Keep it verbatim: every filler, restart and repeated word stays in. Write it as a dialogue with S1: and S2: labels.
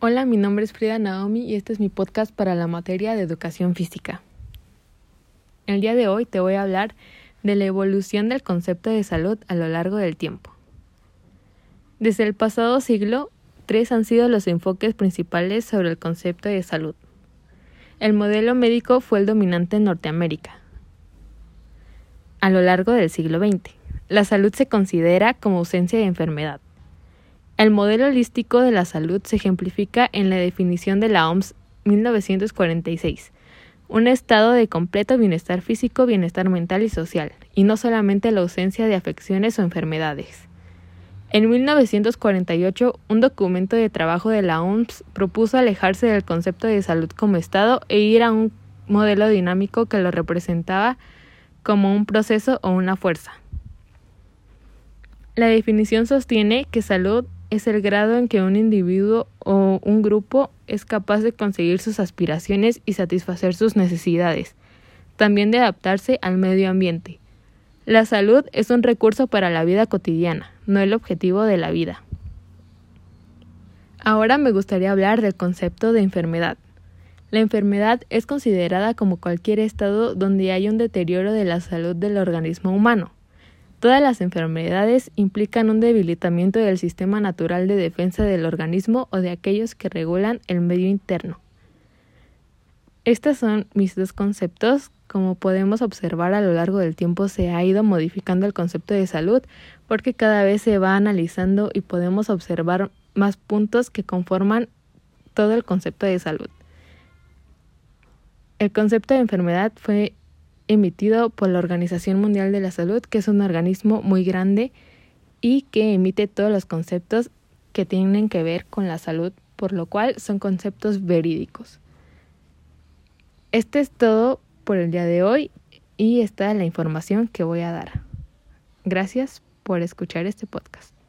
S1: Hola, mi nombre es Frida Naomi y este es mi podcast para la materia de educación física. El día de hoy te voy a hablar de la evolución del concepto de salud a lo largo del tiempo. Desde el pasado siglo, tres han sido los enfoques principales sobre el concepto de salud. El modelo médico fue el dominante en Norteamérica. A lo largo del siglo veinte, la salud se considera como ausencia de enfermedad. El modelo holístico de la salud se ejemplifica en la definición de la O M S mil novecientos cuarenta y seis, un estado de completo bienestar físico, bienestar mental y social, y no solamente la ausencia de afecciones o enfermedades. En mil novecientos cuarenta y ocho, un documento de trabajo de la O M S propuso alejarse del concepto de salud como estado e ir a un modelo dinámico que lo representaba como un proceso o una fuerza. La definición sostiene que salud es el grado en que un individuo o un grupo es capaz de conseguir sus aspiraciones y satisfacer sus necesidades, también de adaptarse al medio ambiente. La salud es un recurso para la vida cotidiana, no el objetivo de la vida. Ahora me gustaría hablar del concepto de enfermedad. La enfermedad es considerada como cualquier estado donde hay un deterioro de la salud del organismo humano. Todas las enfermedades implican un debilitamiento del sistema natural de defensa del organismo o de aquellos que regulan el medio interno. Estos son mis dos conceptos. Como podemos observar, a lo largo del tiempo se ha ido modificando el concepto de salud porque cada vez se va analizando y podemos observar más puntos que conforman todo el concepto de salud. El concepto de enfermedad fue emitido por la Organización Mundial de la Salud, que es un organismo muy grande y que emite todos los conceptos que tienen que ver con la salud, por lo cual son conceptos verídicos. Este es todo por el día de hoy y esta es la información que voy a dar. Gracias por escuchar este podcast.